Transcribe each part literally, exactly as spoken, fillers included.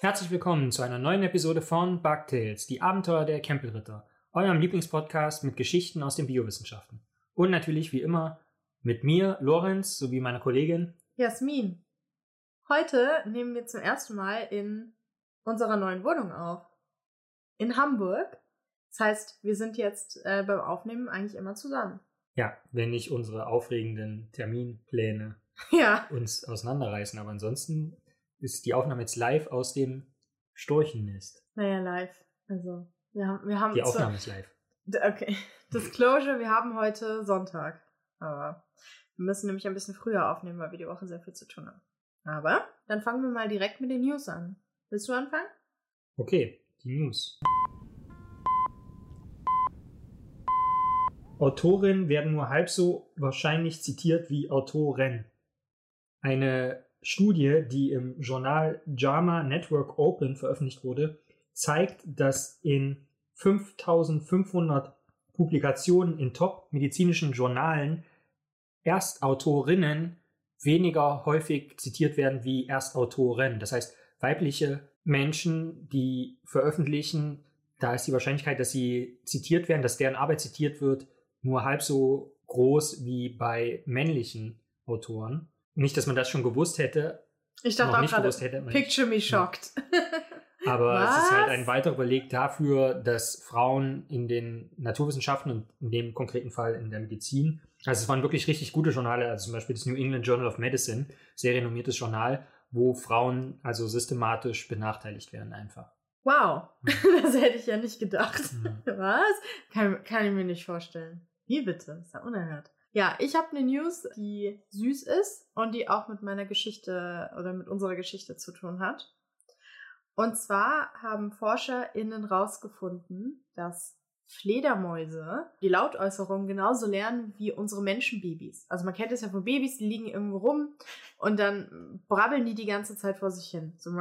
Herzlich willkommen zu einer neuen Episode von Bugtales, die Abenteuer der Campbell-Ritter, eurem Lieblingspodcast mit Geschichten aus den Biowissenschaften. Und natürlich wie immer mit mir, Lorenz, sowie meiner Kollegin Jasmin. Heute nehmen wir zum ersten Mal in unserer neuen Wohnung auf. In Hamburg. Das heißt, wir sind jetzt äh, beim Aufnehmen eigentlich immer zusammen. Ja, wenn nicht unsere aufregenden Terminpläne ja. uns auseinanderreißen. Aber ansonsten ist die Aufnahme jetzt live aus dem Storchennest. Naja, live. Also, wir haben... Wir haben die Aufnahme ist live. Okay. Disclosure, wir haben heute Sonntag. Aber wir müssen nämlich ein bisschen früher aufnehmen, weil wir die Woche sehr viel zu tun haben. Aber dann fangen wir mal direkt mit den News an. Willst du anfangen? Okay, die News. Autorinnen werden nur halb so wahrscheinlich zitiert wie Autoren. Eine Studie, die im Journal JAMA Network Open veröffentlicht wurde, zeigt, dass in fünftausendfünfhundert Publikationen in top-medizinischen Journalen Erstautorinnen weniger häufig zitiert werden wie Erstautoren. Das heißt, weibliche Menschen, die veröffentlichen, da ist die Wahrscheinlichkeit, dass sie zitiert werden, dass deren Arbeit zitiert wird, nur halb so groß wie bei männlichen Autoren. Nicht, dass man das schon gewusst hätte. Ich dachte auch auch nicht gerade, gewusst hätte. picture me shocked. Ja. Aber Was? es ist halt ein weiterer Beleg dafür, dass Frauen in den Naturwissenschaften und in dem konkreten Fall in der Medizin, also es waren wirklich richtig gute Journale, also zum Beispiel das New England Journal of Medicine, sehr renommiertes Journal, wo Frauen also systematisch benachteiligt werden einfach. Wow, Ja. Das hätte ich ja nicht gedacht. Ja. Was? Kann, kann ich mir nicht vorstellen. Wie bitte? Das ist ja unerhört. Ja, ich habe eine News, die süß ist und die auch mit meiner Geschichte oder mit unserer Geschichte zu tun hat. Und zwar haben ForscherInnen rausgefunden, dass Fledermäuse die Lautäußerung genauso lernen wie unsere Menschenbabys. Also man kennt es ja von Babys, die liegen irgendwo rum und dann brabbeln die die ganze Zeit vor sich hin. So,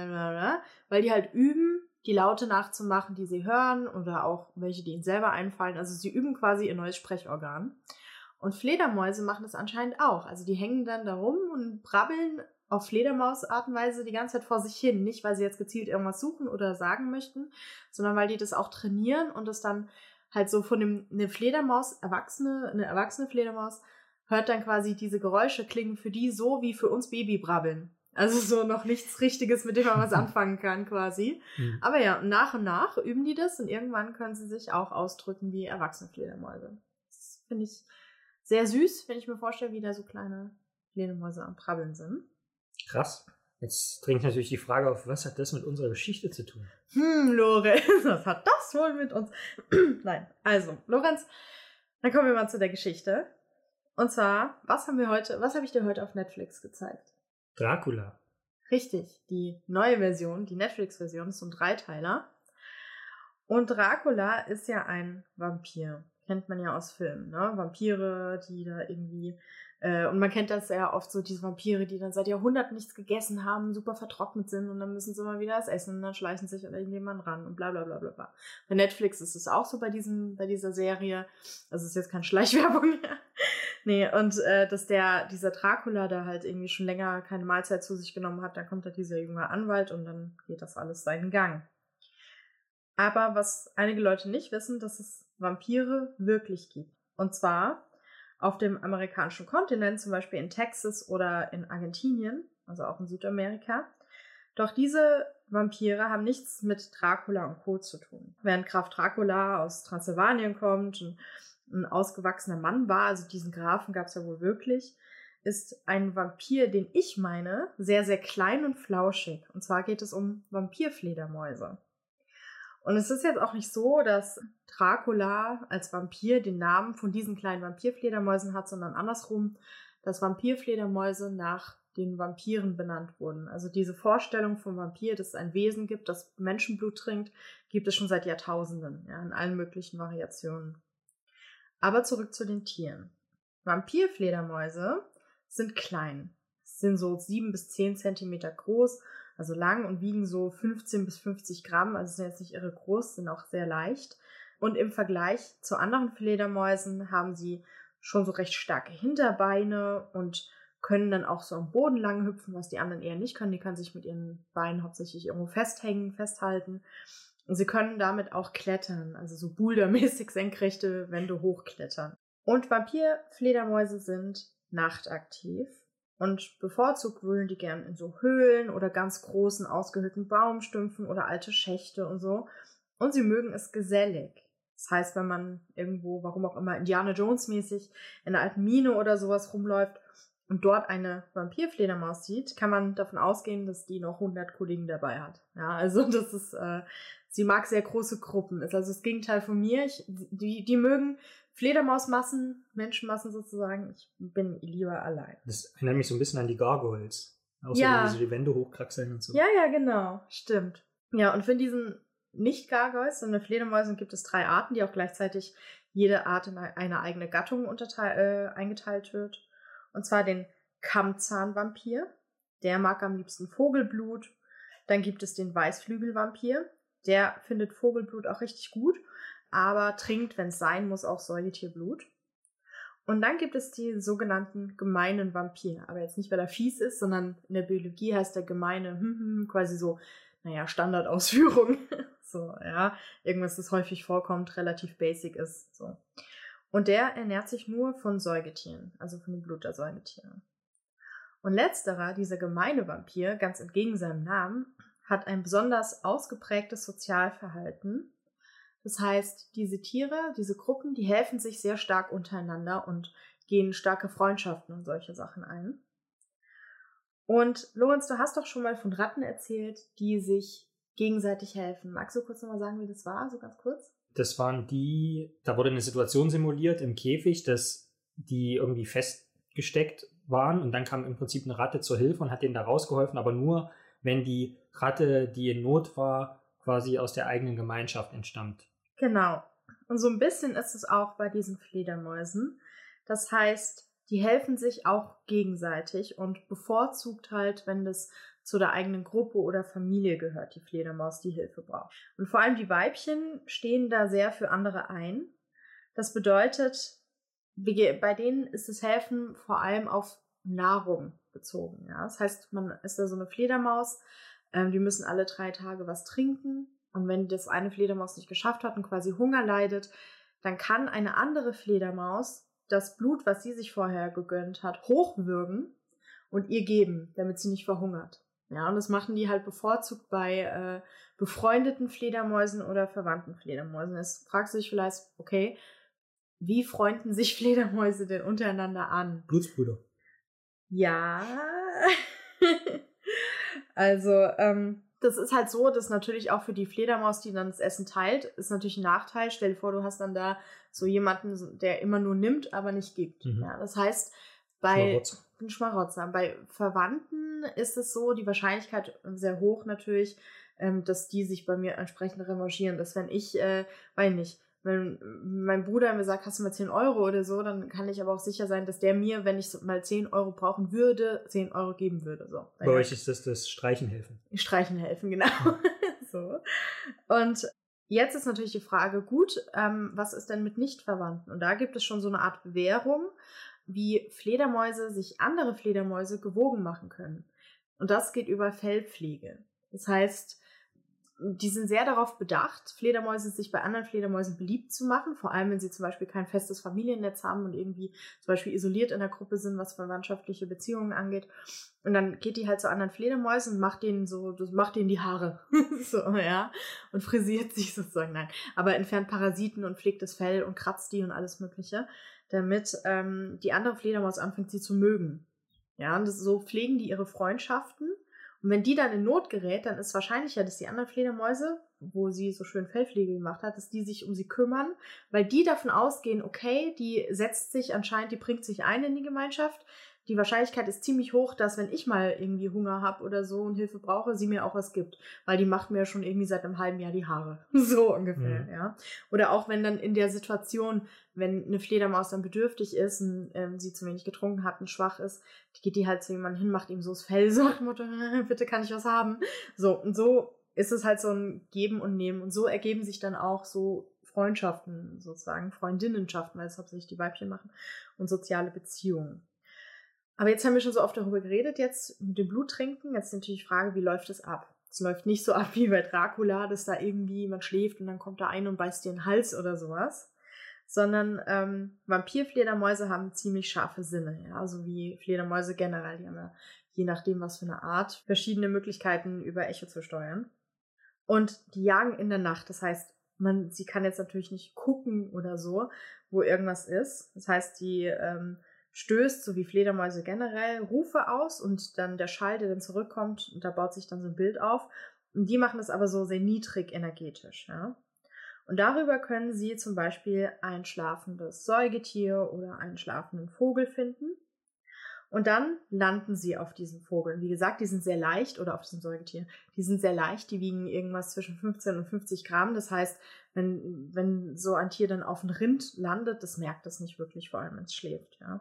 weil die halt üben, die Laute nachzumachen, die sie hören oder auch welche, die ihnen selber einfallen. Also sie üben quasi ihr neues Sprechorgan. Und Fledermäuse machen das anscheinend auch. Also die hängen dann da rum und brabbeln auf Fledermausart und Weise die ganze Zeit vor sich hin. Nicht, weil sie jetzt gezielt irgendwas suchen oder sagen möchten, sondern weil die das auch trainieren und das dann halt so von dem, eine Fledermaus, Erwachsene, eine erwachsene Fledermaus, hört dann quasi diese Geräusche klingen für die so wie für uns Babybrabbeln. Also so noch nichts Richtiges, mit dem man was anfangen kann quasi. Mhm. Aber ja, nach und nach üben die das und irgendwann können sie sich auch ausdrücken wie erwachsene Fledermäuse. Das finde ich sehr süß, wenn ich mir vorstelle, wie da so kleine Fledermäuse am Brabbeln sind. Krass. Jetzt dringt natürlich die Frage auf, was hat das mit unserer Geschichte zu tun? Hm, Lorenz, was hat das wohl mit uns? Nein, also, Lorenz, dann kommen wir mal zu der Geschichte. Und zwar, was haben wir heute, was habe ich dir heute auf Netflix gezeigt? Dracula. Richtig, die neue Version, die Netflix-Version ist so ein Dreiteiler. Und Dracula ist ja ein Vampir. Kennt man ja aus Filmen, ne? Vampire, die da irgendwie, äh, und man kennt das ja oft so, diese Vampire, die dann seit Jahrhunderten nichts gegessen haben, super vertrocknet sind und dann müssen sie mal wieder das essen und dann schleichen sich an irgendjemanden ran und bla bla bla bla bla. Bei Netflix ist es auch so bei diesem, bei dieser Serie. Also es ist jetzt keine Schleichwerbung mehr. Nee, und äh, dass der, dieser Dracula da halt irgendwie schon länger keine Mahlzeit zu sich genommen hat, dann kommt da dieser junge Anwalt und dann geht das alles seinen Gang. Aber was einige Leute nicht wissen, dass es Vampire wirklich gibt. Und zwar auf dem amerikanischen Kontinent, zum Beispiel in Texas oder in Argentinien, also auch in Südamerika. Doch diese Vampire haben nichts mit Dracula und Co. zu tun. Während Graf Dracula aus Transsilvanien kommt und ein ausgewachsener Mann war, also diesen Grafen gab es ja wohl wirklich, ist ein Vampir, den ich meine, sehr, sehr klein und flauschig. Und zwar geht es um Vampirfledermäuse. Und es ist jetzt auch nicht so, dass Dracula als Vampir den Namen von diesen kleinen Vampirfledermäusen hat, sondern andersrum, dass Vampirfledermäuse nach den Vampiren benannt wurden. Also diese Vorstellung vom Vampir, dass es ein Wesen gibt, das Menschenblut trinkt, gibt es schon seit Jahrtausenden, ja, in allen möglichen Variationen. Aber zurück zu den Tieren. Vampirfledermäuse sind klein, sind so sieben bis zehn Zentimeter groß, also lang und wiegen so fünfzehn bis fünfzig Gramm, also sind jetzt nicht irre groß, sind auch sehr leicht. Und im Vergleich zu anderen Fledermäusen haben sie schon so recht starke Hinterbeine und können dann auch so am Boden lang hüpfen, was die anderen eher nicht können. Die können sich mit ihren Beinen hauptsächlich irgendwo festhängen, festhalten. Und sie können damit auch klettern, also so bouldermäßig senkrechte Wände hochklettern. Und Vampirfledermäuse sind nachtaktiv und bevorzugt wühlen die gern in so Höhlen oder ganz großen, ausgehöhlten Baumstümpfen oder alte Schächte und so. Und sie mögen es gesellig. Das heißt, wenn man irgendwo, warum auch immer, Indiana Jones mäßig in einer alten Mine oder sowas rumläuft und dort eine Vampirfledermaus sieht, kann man davon ausgehen, dass die noch hundert Kollegen dabei hat. Ja, also das ist, äh, sie mag sehr große Gruppen. Ist also das Gegenteil von mir. Ich, die, die mögen Fledermausmassen, Menschenmassen sozusagen. Ich bin lieber allein. Das erinnert mich so ein bisschen an die Gargoyles. Außer Ja. wenn die so die Wände hochkraxeln und so. Ja, ja, genau. Stimmt. Ja, und von diesen nicht-Gargoyles, sondern Fledermäusen gibt es drei Arten, die auch gleichzeitig jede Art in eine eigene Gattung unterteil, äh, eingeteilt wird. Und zwar den Kammzahnvampir. Der mag am liebsten Vogelblut. Dann gibt es den Weißflügelvampir. Der findet Vogelblut auch richtig gut, aber trinkt, wenn es sein muss, auch Säugetierblut. Und dann gibt es die sogenannten gemeinen Vampir. Aber jetzt nicht, weil er fies ist, sondern in der Biologie heißt der gemeine hm, hm, quasi so, naja, Standardausführung. So, ja, irgendwas, das häufig vorkommt, relativ basic ist. So. Und der ernährt sich nur von Säugetieren, also von dem Blut der Säugetiere. Und letzterer, dieser gemeine Vampir, ganz entgegen seinem Namen, hat ein besonders ausgeprägtes Sozialverhalten. Das heißt, diese Tiere, diese Gruppen, die helfen sich sehr stark untereinander und gehen starke Freundschaften und solche Sachen ein. Und Lorenz, du hast doch schon mal von Ratten erzählt, die sich gegenseitig helfen. Magst du kurz nochmal sagen, wie das war, so ganz kurz? Das waren die, da wurde eine Situation simuliert im Käfig, dass die irgendwie festgesteckt waren und dann kam im Prinzip eine Ratte zur Hilfe und hat denen da rausgeholfen, aber nur, wenn die Ratte, die in Not war, quasi aus der eigenen Gemeinschaft entstammt. Genau. Und so ein bisschen ist es auch bei diesen Fledermäusen. Das heißt, die helfen sich auch gegenseitig und bevorzugt halt, wenn das zu der eigenen Gruppe oder Familie gehört, die Fledermaus, die Hilfe braucht. Und vor allem die Weibchen stehen da sehr für andere ein. Das bedeutet, bei denen ist das Helfen vor allem auf Nahrung bezogen. Ja? Das heißt, man ist da so eine Fledermaus, ähm, die müssen alle drei Tage was trinken. Und wenn das eine Fledermaus nicht geschafft hat und quasi Hunger leidet, dann kann eine andere Fledermaus das Blut, was sie sich vorher gegönnt hat, hochwürgen und ihr geben, damit sie nicht verhungert. Ja, und das machen die halt bevorzugt bei äh, befreundeten Fledermäusen oder verwandten Fledermäusen. Jetzt fragst du dich vielleicht, okay, wie freunden sich Fledermäuse denn untereinander an? Blutsbrüder. Ja, also ähm, das ist halt so, dass natürlich auch für die Fledermaus, die dann das Essen teilt, ist natürlich ein Nachteil. Stell dir vor, du hast dann da so jemanden, der immer nur nimmt, aber nicht gibt. Mhm. Ja, das heißt, bei Schmarotzer. Schmarotzer. Bei Verwandten ist es so, die Wahrscheinlichkeit sehr hoch natürlich, ähm, dass die sich bei mir entsprechend revanchieren. Dass wenn ich, äh, weiß nicht, wenn mein Bruder mir sagt, hast du mal zehn Euro oder so, dann kann ich aber auch sicher sein, dass der mir, wenn ich mal zehn Euro brauchen würde, zehn Euro geben würde. So. Bei euch ist das das Streichen helfen. Streichen helfen, genau. So. Und jetzt ist natürlich die Frage, gut, ähm, was ist denn mit Nichtverwandten? Und da gibt es schon so eine Art Bewährung, wie Fledermäuse sich andere Fledermäuse gewogen machen können. Und das geht über Fellpflege. Das heißt, die sind sehr darauf bedacht, Fledermäuse sich bei anderen Fledermäusen beliebt zu machen, vor allem wenn sie zum Beispiel kein festes Familiennetz haben und irgendwie zum Beispiel isoliert in der Gruppe sind, was verwandtschaftliche Beziehungen angeht. Und dann geht die halt zu anderen Fledermäusen und macht denen so, das macht denen die Haare. So, ja. Und frisiert sich sozusagen, nein. Aber entfernt Parasiten und pflegt das Fell und kratzt die und alles Mögliche, damit ähm, die andere Fledermaus anfängt, sie zu mögen. Ja, und das, so pflegen die ihre Freundschaften. Und wenn die dann in Not gerät, dann ist wahrscheinlicher, dass die anderen Fledermäuse, wo sie so schön Fellpflege gemacht hat, dass die sich um sie kümmern, weil die davon ausgehen, okay, die setzt sich anscheinend, die bringt sich ein in die Gemeinschaft. Die Wahrscheinlichkeit ist ziemlich hoch, dass wenn ich mal irgendwie Hunger habe oder so und Hilfe brauche, sie mir auch was gibt. Weil die macht mir schon irgendwie seit einem halben Jahr die Haare. So ungefähr, mhm. Ja. Oder auch wenn dann in der Situation, wenn eine Fledermaus dann bedürftig ist und ähm, sie zu wenig getrunken hat und schwach ist, geht die halt zu jemandem hin, macht ihm so das Fell, so nach dem Motto, bitte kann ich was haben. So, und so ist es halt so ein Geben und Nehmen. Und so ergeben sich dann auch so Freundschaften sozusagen, Freundinnenschaften, weil es hauptsächlich die Weibchen machen, und soziale Beziehungen. Aber jetzt haben wir schon so oft darüber geredet, jetzt mit dem Bluttrinken. Jetzt ist natürlich die Frage, wie läuft es ab? Es läuft nicht so ab wie bei Dracula, dass da irgendwie jemand schläft und dann kommt da ein und beißt dir den Hals oder sowas. Sondern ähm, Vampirfledermäuse haben ziemlich scharfe Sinne, ja, so wie Fledermäuse generell. Die haben ja, je nachdem was für eine Art, verschiedene Möglichkeiten über Echo zu steuern. Und die jagen in der Nacht, das heißt, man, sie kann jetzt natürlich nicht gucken oder so, wo irgendwas ist. Das heißt, die ähm, stößt, so wie Fledermäuse generell, Rufe aus und dann der Schall, der dann zurückkommt, und da baut sich dann so ein Bild auf. Und die machen das aber so sehr niedrig energetisch, ja. Und darüber können sie zum Beispiel ein schlafendes Säugetier oder einen schlafenden Vogel finden. Und dann landen sie auf diesen Vogel. Wie gesagt, die sind sehr leicht, oder auf diesem Säugetier, die sind sehr leicht, die wiegen irgendwas zwischen fünfzehn und fünfzig Gramm. Das heißt, wenn, wenn so ein Tier dann auf ein Rind landet, das merkt das nicht wirklich, vor allem wenn es schläft, ja.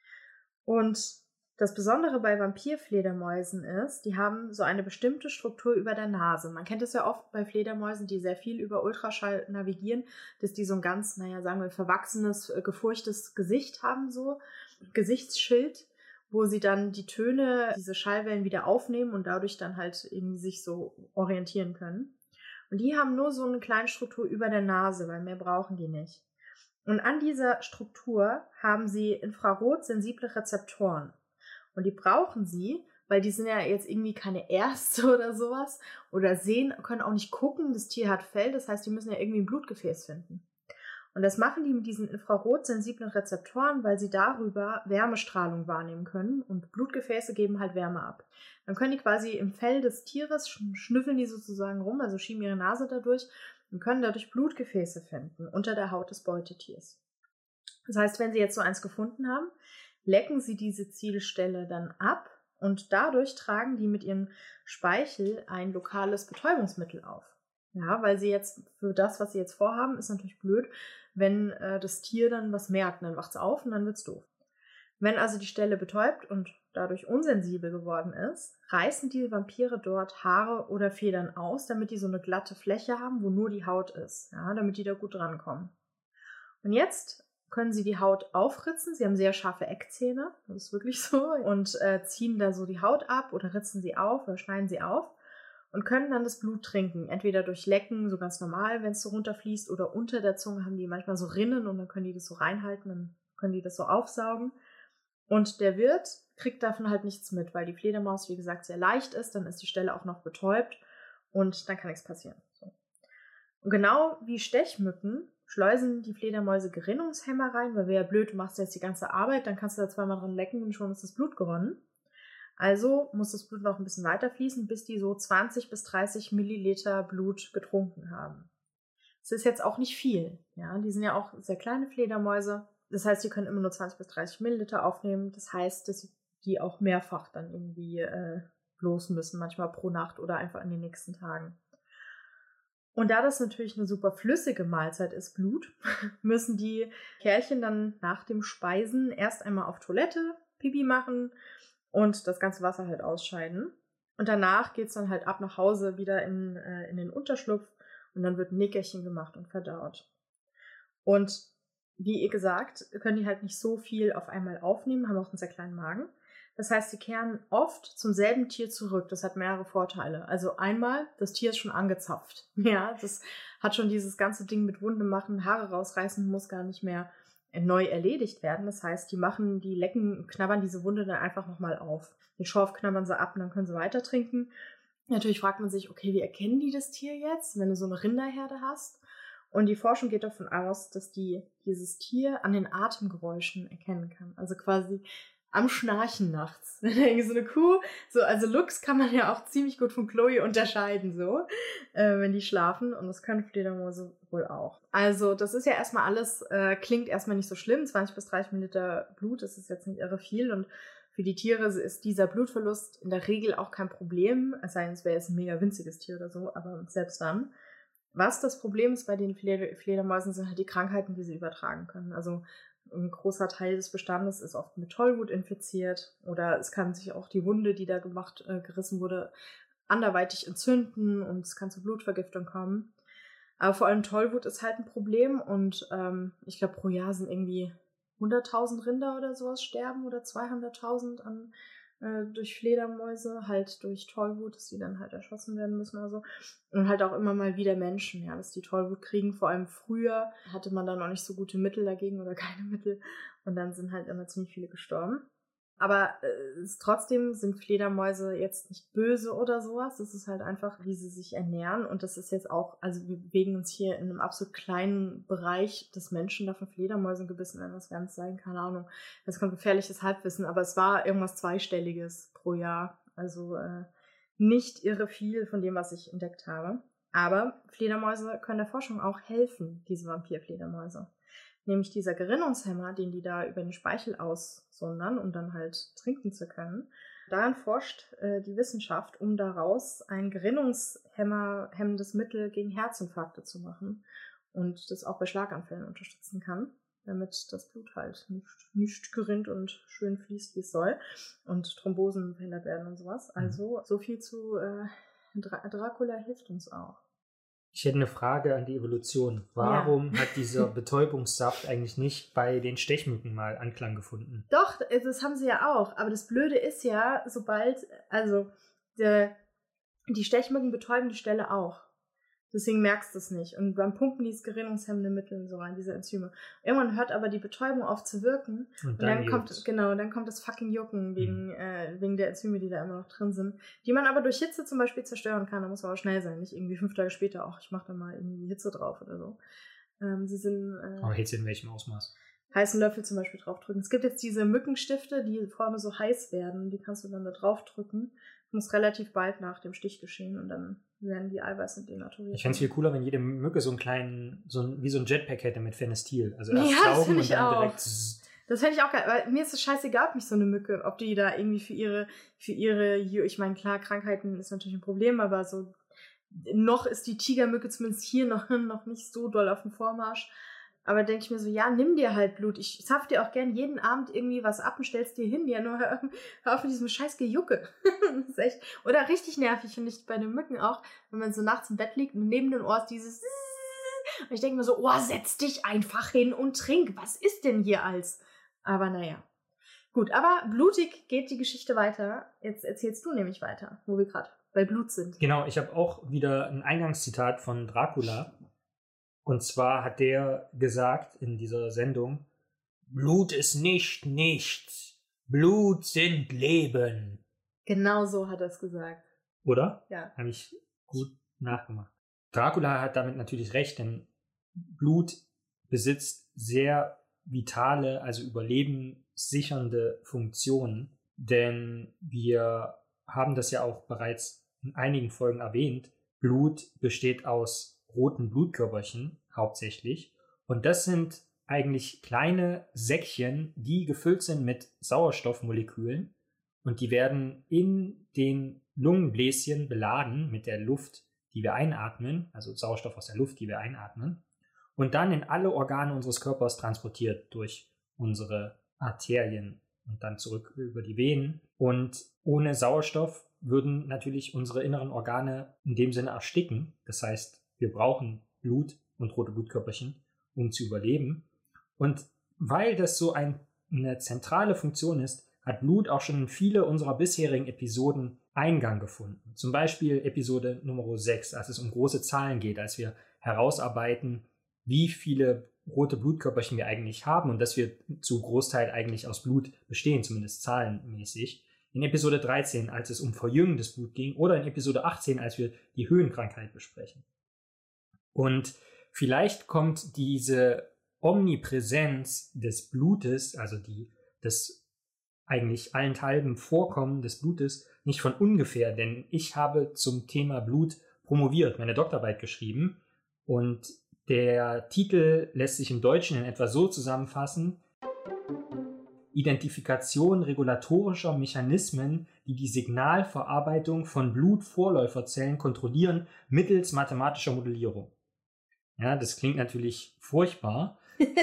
Und das Besondere bei Vampirfledermäusen ist, die haben so eine bestimmte Struktur über der Nase. Man kennt es ja oft bei Fledermäusen, die sehr viel über Ultraschall navigieren, dass die so ein ganz, naja, sagen wir, verwachsenes, gefurchtes Gesicht haben, so Gesichtsschild, wo sie dann die Töne, diese Schallwellen wieder aufnehmen und dadurch dann halt eben sich so orientieren können. Und die haben nur so eine kleine Struktur über der Nase, weil mehr brauchen die nicht. Und an dieser Struktur haben sie infrarotsensible Rezeptoren. Und die brauchen sie, weil die sind ja jetzt irgendwie keine Ärzte oder sowas oder sehen, können auch nicht gucken, das Tier hat Fell, das heißt, die müssen ja irgendwie ein Blutgefäß finden. Und das machen die mit diesen infrarotsensiblen Rezeptoren, weil sie darüber Wärmestrahlung wahrnehmen können und Blutgefäße geben halt Wärme ab. Dann können die quasi im Fell des Tieres, schnüffeln die sozusagen rum, also schieben ihre Nase dadurch und können dadurch Blutgefäße finden unter der Haut des Beutetiers. Das heißt, wenn sie jetzt so eins gefunden haben, lecken sie diese Zielstelle dann ab und dadurch tragen die mit ihrem Speichel ein lokales Betäubungsmittel auf. Ja, weil sie jetzt für das, was sie jetzt vorhaben, ist natürlich blöd, wenn äh, das Tier dann was merkt, dann wacht es auf und dann wird's doof. Wenn also die Stelle betäubt und dadurch unsensibel geworden ist, reißen die Vampire dort Haare oder Federn aus, damit die so eine glatte Fläche haben, wo nur die Haut ist, ja, damit die da gut drankommen. Und jetzt können sie die Haut aufritzen, sie haben sehr scharfe Eckzähne, das ist wirklich so, und äh, ziehen da so die Haut ab oder ritzen sie auf oder schneiden sie auf und können dann das Blut trinken, entweder durch Lecken, so ganz normal, wenn es so runterfließt, oder unter der Zunge haben die manchmal so Rinnen und dann können die das so reinhalten, dann können die das so aufsaugen. Und der Wirt kriegt davon halt nichts mit, weil die Fledermaus, wie gesagt, sehr leicht ist, dann ist die Stelle auch noch betäubt und dann kann nichts passieren. So. Und genau wie Stechmücken schleusen die Fledermäuse Gerinnungshemmer rein, weil wäre ja blöd, du machst jetzt die ganze Arbeit, dann kannst du da zweimal dran lecken und schon ist das Blut geronnen. Also muss das Blut noch ein bisschen weiter fließen, bis die so zwanzig bis dreißig Milliliter Blut getrunken haben. Das ist jetzt auch nicht viel, ja, die sind ja auch sehr kleine Fledermäuse. Das heißt, die können immer nur zwanzig bis dreißig Milliliter aufnehmen. Das heißt, dass die auch mehrfach dann irgendwie äh, los müssen, manchmal pro Nacht oder einfach in den nächsten Tagen. Und da das natürlich eine super flüssige Mahlzeit ist, Blut, müssen die Kerlchen dann nach dem Speisen erst einmal auf Toilette Pipi machen und das ganze Wasser halt ausscheiden. Und danach geht's dann halt ab nach Hause wieder in, äh, in den Unterschlupf und dann wird ein Nickerchen gemacht und verdaut. Und wie ihr gesagt, können die halt nicht so viel auf einmal aufnehmen, haben auch einen sehr kleinen Magen. Das heißt, sie kehren oft zum selben Tier zurück. Das hat mehrere Vorteile. Also einmal, das Tier ist schon angezapft. Ja, das hat schon dieses ganze Ding mit Wunde machen, Haare rausreißen, muss gar nicht mehr neu erledigt werden. Das heißt, die machen, die lecken, knabbern diese Wunde dann einfach nochmal auf. Den Schorf knabbern sie ab und dann können sie weiter trinken. Natürlich fragt man sich, okay, wie erkennen die das Tier jetzt, wenn du so eine Rinderherde hast? Und die Forschung geht davon aus, dass die dieses Tier an den Atemgeräuschen erkennen kann. Also quasi am Schnarchen nachts. So eine Kuh, so, also Lux kann man ja auch ziemlich gut von Chloe unterscheiden, so, äh, wenn die schlafen. Und das können Fledermäuse wohl auch. Also das ist ja erstmal alles, äh, klingt erstmal nicht so schlimm. zwanzig bis dreißig Milliliter Blut, das ist jetzt nicht irre viel. Und für die Tiere ist dieser Blutverlust in der Regel auch kein Problem. Es sei denn, es wäre jetzt ein mega winziges Tier oder so, aber selbst dann. Was das Problem ist bei den Fleder- Fledermäusen, sind halt die Krankheiten, die sie übertragen können. Also ein großer Teil des Bestandes ist oft mit Tollwut infiziert oder es kann sich auch die Wunde, die da gemacht, äh, gerissen wurde, anderweitig entzünden und es kann zu Blutvergiftung kommen. Aber vor allem Tollwut ist halt ein Problem und ähm, ich glaube, pro Jahr sind irgendwie hunderttausend Rinder oder sowas sterben oder zweihunderttausend an äh, durch Fledermäuse, halt durch Tollwut, dass die dann halt erschossen werden müssen oder so. Und halt auch immer mal wieder Menschen, ja, dass die Tollwut kriegen. Vor allem früher hatte man dann auch nicht so gute Mittel dagegen oder keine Mittel. Und dann sind halt immer ziemlich viele gestorben. Aber äh, es, trotzdem sind Fledermäuse jetzt nicht böse oder sowas. Das ist halt einfach, wie sie sich ernähren. Und das ist jetzt auch, also wir bewegen uns hier in einem absolut kleinen Bereich, dass Menschen da von Fledermäusen gebissen werden. Was werden es sein? Keine Ahnung. Das kommt gefährliches Halbwissen. Aber es war irgendwas Zweistelliges pro Jahr. Also äh, nicht irre viel von dem, was ich entdeckt habe. Aber Fledermäuse können der Forschung auch helfen, diese Vampirfledermäuse. Nämlich dieser Gerinnungshemmer, den die da über den Speichel aussondern, um dann halt trinken zu können. Daran forscht äh, die Wissenschaft, um daraus ein Gerinnungshemmer, hemmendes Mittel gegen Herzinfarkte zu machen und das auch bei Schlaganfällen unterstützen kann, damit das Blut halt nicht, nicht gerinnt und schön fließt, wie es soll und Thrombosen verhindert werden und sowas. Also so viel zu äh, Dra- Dracula hilft uns auch. Ich hätte eine Frage an die Evolution. Warum Ja. hat dieser Betäubungssaft eigentlich nicht bei den Stechmücken mal Anklang gefunden? Doch, das haben sie ja auch. Aber das Blöde ist ja, sobald, also der, die Stechmücken betäuben die Stelle auch. Deswegen merkst du es nicht. Und dann pumpen die das gerinnungshemmende Mittel so rein, diese Enzyme. Irgendwann hört aber die Betäubung auf zu wirken. Und Und dann dann kommt, juckt's. genau, dann kommt das fucking Jucken wegen, äh, wegen der Enzyme, die da immer noch drin sind. Die man aber durch Hitze zum Beispiel zerstören kann. Da muss man aber schnell sein. Nicht irgendwie fünf Tage später, ach, ich mach da mal irgendwie Hitze drauf oder so. Ähm, sie sind, äh, Aber Hitze in welchem Ausmaß? heißen Löffel zum Beispiel draufdrücken. Es gibt jetzt diese Mückenstifte, die vorne so heiß werden. Die kannst du dann da draufdrücken. Das muss relativ bald nach dem Stich geschehen und dann werden die Eiweiße denaturiert. Ich fände es viel cooler, wenn jede Mücke so einen kleinen, so ein, wie so ein Jetpack hätte mit Phenestil. Also erst Ja, das saugen find und ich dann auch. direkt. zzz. Das fände ich auch geil, weil mir ist es scheißegal, ob mich so eine Mücke, ob die da irgendwie für ihre, für ihre, ich meine, klar, Krankheiten ist natürlich ein Problem, aber so, noch ist die Tigermücke zumindest hier noch, noch nicht so doll auf dem Vormarsch. Aber denke ich mir so, ja, nimm dir halt Blut. Ich zapf dir auch gern jeden Abend irgendwie was ab und stell's dir hin. Ja, nur hör, hör auf mit diesem scheiß Gejucke. Das ist echt, oder richtig nervig finde ich bei den Mücken auch, wenn man so nachts im Bett liegt und neben den Ohr ist dieses und ich denke mir so, oh, setz dich einfach hin und trink. Was ist denn hier als? Aber naja. Gut, aber blutig geht die Geschichte weiter. Jetzt erzählst du nämlich weiter, wo wir gerade bei Blut sind. Genau, ich habe auch wieder ein Eingangszitat von Dracula. Und zwar hat der gesagt in dieser Sendung, Blut ist nicht nichts. Blut sind Leben. Genau so hat er es gesagt. Oder? Ja. Habe ich gut nachgemacht. Dracula hat damit natürlich recht, denn Blut besitzt sehr vitale, also überlebenssichernde Funktionen. Denn wir haben das ja auch bereits in einigen Folgen erwähnt. Blut besteht aus roten Blutkörperchen hauptsächlich. Und das sind eigentlich kleine Säckchen, die gefüllt sind mit Sauerstoffmolekülen. Und die werden in den Lungenbläschen beladen mit der Luft, die wir einatmen, also Sauerstoff aus der Luft, die wir einatmen, und dann in alle Organe unseres Körpers transportiert durch unsere Arterien und dann zurück über die Venen. Und ohne Sauerstoff würden natürlich unsere inneren Organe in dem Sinne ersticken. Das heißt, wir brauchen Blut und rote Blutkörperchen, um zu überleben. Und weil das so ein, eine zentrale Funktion ist, hat Blut auch schon in viele unserer bisherigen Episoden Eingang gefunden. Zum Beispiel Episode Nummer sechs, als es um große Zahlen geht, als wir herausarbeiten, wie viele rote Blutkörperchen wir eigentlich haben und dass wir zu Großteil eigentlich aus Blut bestehen, zumindest zahlenmäßig. In Episode dreizehn, als es um verjüngendes Blut ging, oder in Episode achtzehn, als wir die Höhenkrankheit besprechen. Und vielleicht kommt diese Omnipräsenz des Blutes, also die, das eigentlich allenthalben Vorkommen des Blutes, nicht von ungefähr, denn ich habe zum Thema Blut promoviert, meine Doktorarbeit geschrieben und der Titel lässt sich im Deutschen in etwa so zusammenfassen: Identifikation regulatorischer Mechanismen, die die Signalverarbeitung von Blutvorläuferzellen kontrollieren mittels mathematischer Modellierung. Ja, das klingt natürlich furchtbar.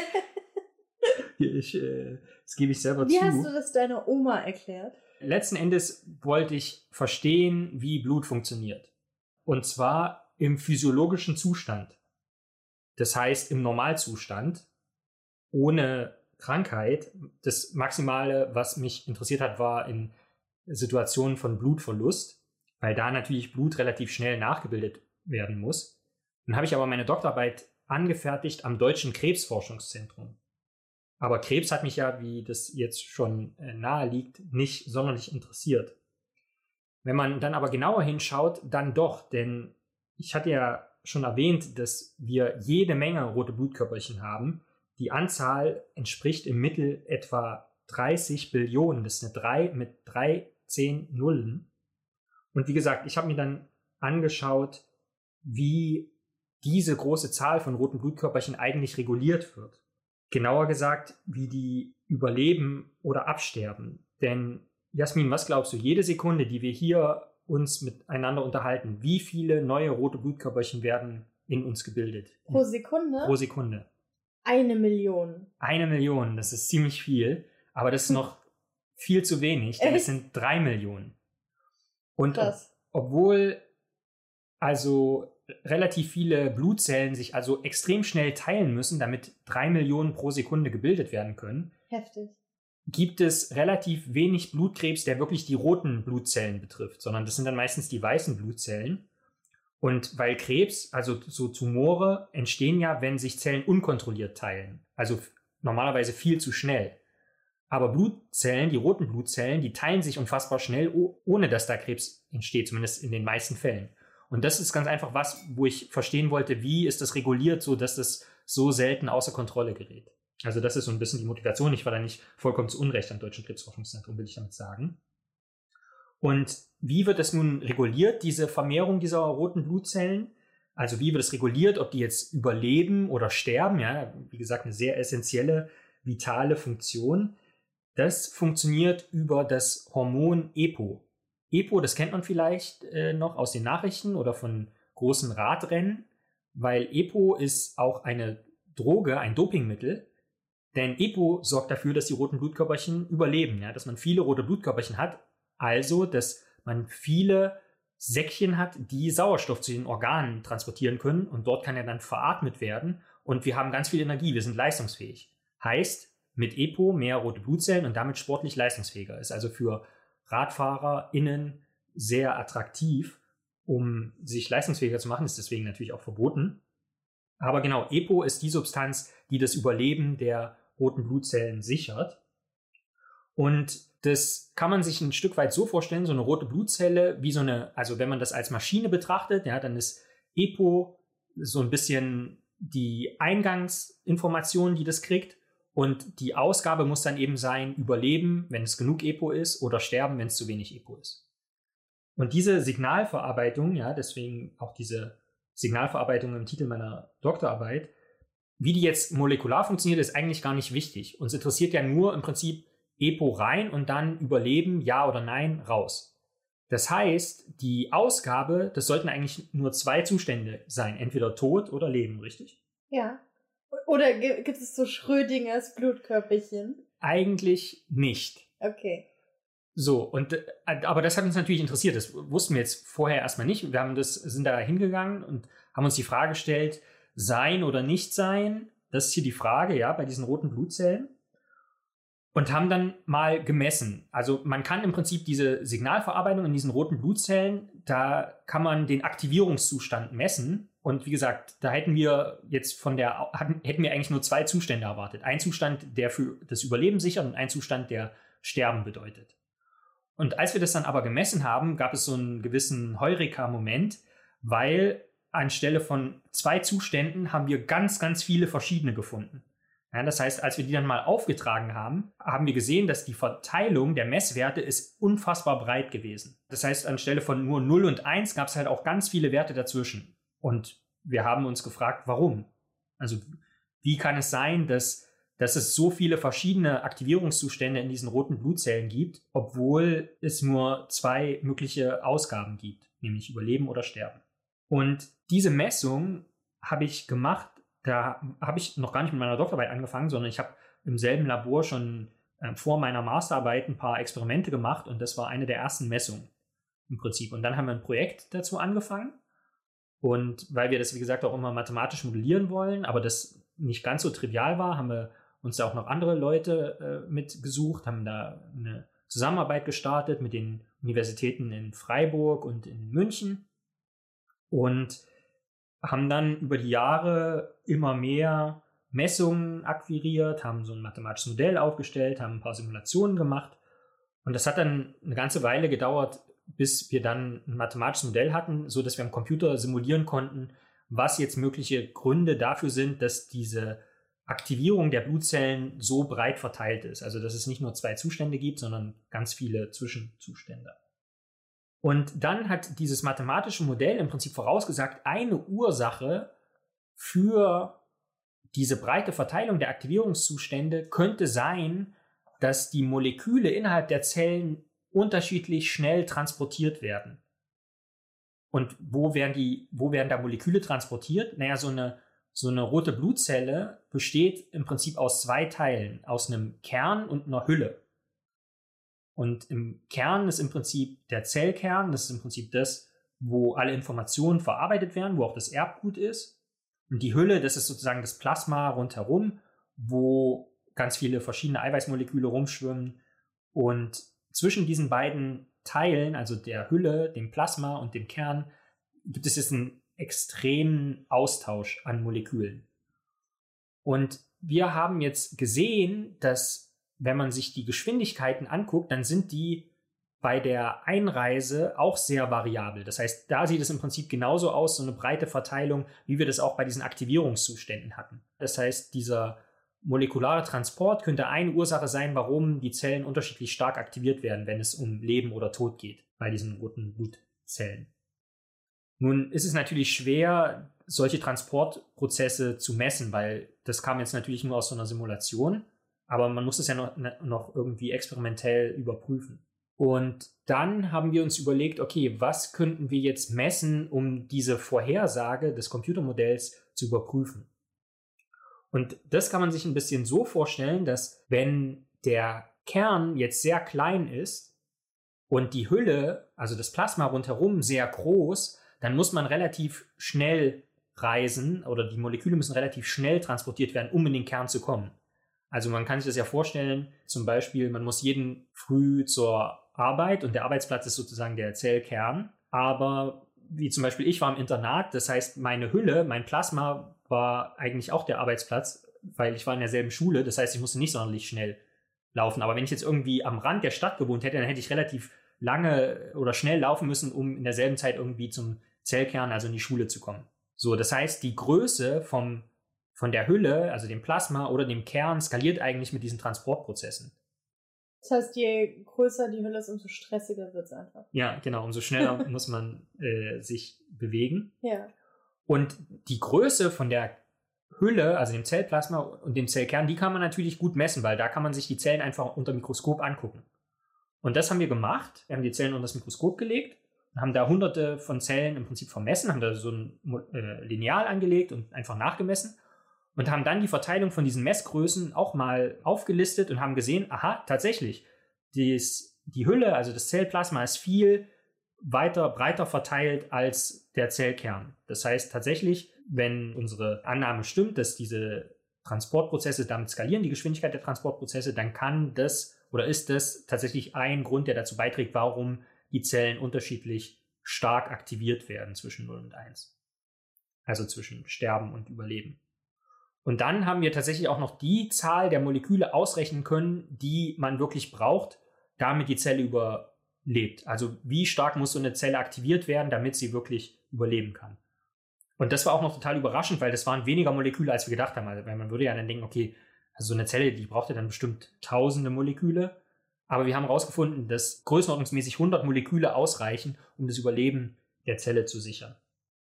ich, äh, das gebe ich selber Wie zu. hast du das deiner Oma erklärt? Letzten Endes wollte ich verstehen, wie Blut funktioniert. Und zwar im physiologischen Zustand. Das heißt im Normalzustand, ohne Krankheit. Das Maximale, was mich interessiert hat, war in Situationen von Blutverlust, weil da natürlich Blut relativ schnell nachgebildet werden muss. Dann habe ich aber meine Doktorarbeit angefertigt am Deutschen Krebsforschungszentrum. Aber Krebs hat mich ja, wie das jetzt schon nahe liegt, nicht sonderlich interessiert. Wenn man dann aber genauer hinschaut, dann doch, denn ich hatte ja schon erwähnt, dass wir jede Menge rote Blutkörperchen haben. Die Anzahl entspricht im Mittel etwa dreißig Billionen. Das ist eine drei mit drei, zehn Nullen. Und wie gesagt, ich habe mir dann angeschaut, wie diese große Zahl von roten Blutkörperchen eigentlich reguliert wird. Genauer gesagt, wie die überleben oder absterben. Denn, Jasmin, was glaubst du, jede Sekunde, die wir hier uns miteinander unterhalten, wie viele neue rote Blutkörperchen werden in uns gebildet? Pro Sekunde? Pro Sekunde. Eine Million. Eine Million, das ist ziemlich viel, aber das ist noch viel zu wenig, denn es sind drei Millionen. Und ob, obwohl also relativ viele Blutzellen sich also extrem schnell teilen müssen, damit drei Millionen pro Sekunde gebildet werden können, heftig, gibt es relativ wenig Blutkrebs, der wirklich die roten Blutzellen betrifft, sondern das sind dann meistens die weißen Blutzellen. Und weil Krebs, also so Tumore, entstehen ja, wenn sich Zellen unkontrolliert teilen, also normalerweise viel zu schnell. Aber Blutzellen, die roten Blutzellen, die teilen sich unfassbar schnell, ohne dass da Krebs entsteht, zumindest in den meisten Fällen. Und das ist ganz einfach was, wo ich verstehen wollte, wie ist das reguliert, so dass das so selten außer Kontrolle gerät. Also das ist so ein bisschen die Motivation. Ich war da nicht vollkommen zu Unrecht am Deutschen Krebsforschungszentrum, will ich damit sagen. Und wie wird das nun reguliert, diese Vermehrung dieser roten Blutzellen? Also wie wird es reguliert, ob die jetzt überleben oder sterben? Ja, wie gesagt, eine sehr essentielle, vitale Funktion. Das funktioniert über das Hormon EPO. EPO, das kennt man vielleicht äh, noch aus den Nachrichten oder von großen Radrennen, weil EPO ist auch eine Droge, ein Dopingmittel, denn EPO sorgt dafür, dass die roten Blutkörperchen überleben, ja, dass man viele rote Blutkörperchen hat, also dass man viele Säckchen hat, die Sauerstoff zu den Organen transportieren können und dort kann er dann veratmet werden und wir haben ganz viel Energie, wir sind leistungsfähig. Heißt, mit EPO mehr rote Blutzellen und damit sportlich leistungsfähiger. Ist also für RadfahrerInnen sehr attraktiv, um sich leistungsfähiger zu machen, ist deswegen natürlich auch verboten. Aber genau, EPO ist die Substanz, die das Überleben der roten Blutzellen sichert. Und das kann man sich ein Stück weit so vorstellen, so eine rote Blutzelle, wie so eine, also wenn man das als Maschine betrachtet, ja, dann ist EPO so ein bisschen die Eingangsinformation, die das kriegt. Und die Ausgabe muss dann eben sein, überleben, wenn es genug EPO ist, oder sterben, wenn es zu wenig EPO ist. Und diese Signalverarbeitung, ja, deswegen auch diese Signalverarbeitung im Titel meiner Doktorarbeit, wie die jetzt molekular funktioniert, ist eigentlich gar nicht wichtig. Uns interessiert ja nur im Prinzip EPO rein und dann überleben, ja oder nein, raus. Das heißt, die Ausgabe, das sollten eigentlich nur zwei Zustände sein, entweder tot oder leben, richtig? Ja. Oder gibt es so Schrödingers Blutkörperchen? Eigentlich nicht. Okay. So, und aber das hat uns natürlich interessiert. Das wussten wir jetzt vorher erstmal nicht. Wir haben das, sind da hingegangen und haben uns die Frage gestellt, sein oder nicht sein. Das ist hier die Frage, ja, bei diesen roten Blutzellen. Und haben dann mal gemessen. Also man kann im Prinzip diese Signalverarbeitung in diesen roten Blutzellen, da kann man den Aktivierungszustand messen. Und wie gesagt, da hätten wir jetzt von der, hätten wir eigentlich nur zwei Zustände erwartet. Ein Zustand, der für das Überleben sichert und ein Zustand, der Sterben bedeutet. Und als wir das dann aber gemessen haben, gab es so einen gewissen Heureka-Moment, weil anstelle von zwei Zuständen haben wir ganz, ganz viele verschiedene gefunden. Ja, das heißt, als wir die dann mal aufgetragen haben, haben wir gesehen, dass die Verteilung der Messwerte ist unfassbar breit gewesen. Das heißt, anstelle von nur null und eins gab es halt auch ganz viele Werte dazwischen. Und wir haben uns gefragt, warum? Also wie kann es sein, dass, dass es so viele verschiedene Aktivierungszustände in diesen roten Blutzellen gibt, obwohl es nur zwei mögliche Ausgaben gibt, nämlich Überleben oder Sterben. Und diese Messung habe ich gemacht, da habe ich noch gar nicht mit meiner Doktorarbeit angefangen, sondern ich habe im selben Labor schon äh, vor meiner Masterarbeit ein paar Experimente gemacht und das war eine der ersten Messungen im Prinzip. Und dann haben wir ein Projekt dazu angefangen. Und weil wir das, wie gesagt, auch immer mathematisch modellieren wollen, aber das nicht ganz so trivial war, haben wir uns da auch noch andere Leute äh, mitgesucht, haben da eine Zusammenarbeit gestartet mit den Universitäten in Freiburg und in München und haben dann über die Jahre immer mehr Messungen akquiriert, haben so ein mathematisches Modell aufgestellt, haben ein paar Simulationen gemacht und das hat dann eine ganze Weile gedauert, bis wir dann ein mathematisches Modell hatten, so dass wir am Computer simulieren konnten, was jetzt mögliche Gründe dafür sind, dass diese Aktivierung der Blutzellen so breit verteilt ist. Also dass es nicht nur zwei Zustände gibt, sondern ganz viele Zwischenzustände. Und dann hat dieses mathematische Modell im Prinzip vorausgesagt, eine Ursache für diese breite Verteilung der Aktivierungszustände könnte sein, dass die Moleküle innerhalb der Zellen unterschiedlich schnell transportiert werden. Und wo werden, die, wo werden da Moleküle transportiert? Naja, so eine, so eine rote Blutzelle besteht im Prinzip aus zwei Teilen, aus einem Kern und einer Hülle. Und im Kern ist im Prinzip der Zellkern, das ist im Prinzip das, wo alle Informationen verarbeitet werden, wo auch das Erbgut ist. Und die Hülle, das ist sozusagen das Plasma rundherum, wo ganz viele verschiedene Eiweißmoleküle rumschwimmen. Und zwischen diesen beiden Teilen, also der Hülle, dem Plasma und dem Kern, gibt es jetzt einen extremen Austausch an Molekülen. Und wir haben jetzt gesehen, dass wenn man sich die Geschwindigkeiten anguckt, dann sind die bei der Einreise auch sehr variabel. Das heißt, da sieht es im Prinzip genauso aus, so eine breite Verteilung, wie wir das auch bei diesen Aktivierungszuständen hatten. Das heißt, dieser molekulare Transport könnte eine Ursache sein, warum die Zellen unterschiedlich stark aktiviert werden, wenn es um Leben oder Tod geht, bei diesen roten Blutzellen. Nun ist es natürlich schwer, solche Transportprozesse zu messen, weil das kam jetzt natürlich nur aus so einer Simulation, aber man muss es ja noch, noch irgendwie experimentell überprüfen. Und dann haben wir uns überlegt, okay, was könnten wir jetzt messen, um diese Vorhersage des Computermodells zu überprüfen? Und das kann man sich ein bisschen so vorstellen, dass wenn der Kern jetzt sehr klein ist und die Hülle, also das Plasma rundherum, sehr groß, dann muss man relativ schnell reisen oder die Moleküle müssen relativ schnell transportiert werden, um in den Kern zu kommen. Also man kann sich das ja vorstellen, zum Beispiel, man muss jeden früh zur Arbeit und der Arbeitsplatz ist sozusagen der Zellkern, aber wie zum Beispiel ich war im Internat, das heißt meine Hülle, mein Plasma war eigentlich auch der Arbeitsplatz, weil ich war in derselben Schule, das heißt ich musste nicht sonderlich schnell laufen, aber wenn ich jetzt irgendwie am Rand der Stadt gewohnt hätte, dann hätte ich relativ lange oder schnell laufen müssen, um in derselben Zeit irgendwie zum Zellkern, also in die Schule zu kommen. So, das heißt, die Größe vom von der Hülle, also dem Plasma oder dem Kern, skaliert eigentlich mit diesen Transportprozessen. Das heißt, je größer die Hülle ist, umso stressiger wird es einfach. Ja, genau, umso schneller muss man äh, sich bewegen. Ja. Und die Größe von der Hülle, also dem Zellplasma und dem Zellkern, die kann man natürlich gut messen, weil da kann man sich die Zellen einfach unter Mikroskop angucken. Und das haben wir gemacht. Wir haben die Zellen unter das Mikroskop gelegt und haben da hunderte von Zellen im Prinzip vermessen, haben da so ein äh, Lineal angelegt und einfach nachgemessen. Und haben dann die Verteilung von diesen Messgrößen auch mal aufgelistet und haben gesehen, aha, tatsächlich, dies, die Hülle, also das Zellplasma, ist viel weiter, breiter verteilt als der Zellkern. Das heißt tatsächlich, wenn unsere Annahme stimmt, dass diese Transportprozesse damit skalieren, die Geschwindigkeit der Transportprozesse, dann kann das oder ist das tatsächlich ein Grund, der dazu beiträgt, warum die Zellen unterschiedlich stark aktiviert werden zwischen null und eins. Also zwischen Sterben und Überleben. Und dann haben wir tatsächlich auch noch die Zahl der Moleküle ausrechnen können, die man wirklich braucht, damit die Zelle überlebt. Also wie stark muss so eine Zelle aktiviert werden, damit sie wirklich überleben kann. Und das war auch noch total überraschend, weil das waren weniger Moleküle, als wir gedacht haben. Also, weil man würde ja dann denken, okay, also so eine Zelle, die braucht ja dann bestimmt tausende Moleküle. Aber wir haben herausgefunden, dass größenordnungsmäßig hundert Moleküle ausreichen, um das Überleben der Zelle zu sichern.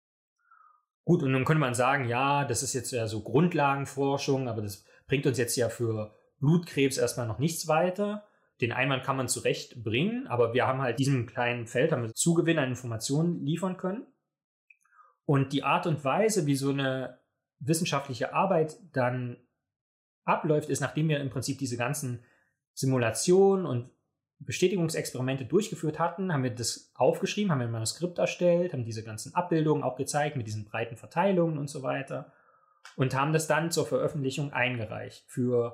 Gut, und dann könnte man sagen, ja, das ist jetzt ja so Grundlagenforschung, aber das bringt uns jetzt ja für Blutkrebs erstmal noch nichts weiter. Den Einwand kann man zurecht bringen, aber wir haben halt diesem kleinen Feld haben wir Zugewinn an Informationen liefern können. Und die Art und Weise, wie so eine wissenschaftliche Arbeit dann abläuft, ist, nachdem wir im Prinzip diese ganzen Simulationen und Bestätigungsexperimente durchgeführt hatten, haben wir das aufgeschrieben, haben wir ein Manuskript erstellt, haben diese ganzen Abbildungen auch gezeigt mit diesen breiten Verteilungen und so weiter und haben das dann zur Veröffentlichung eingereicht für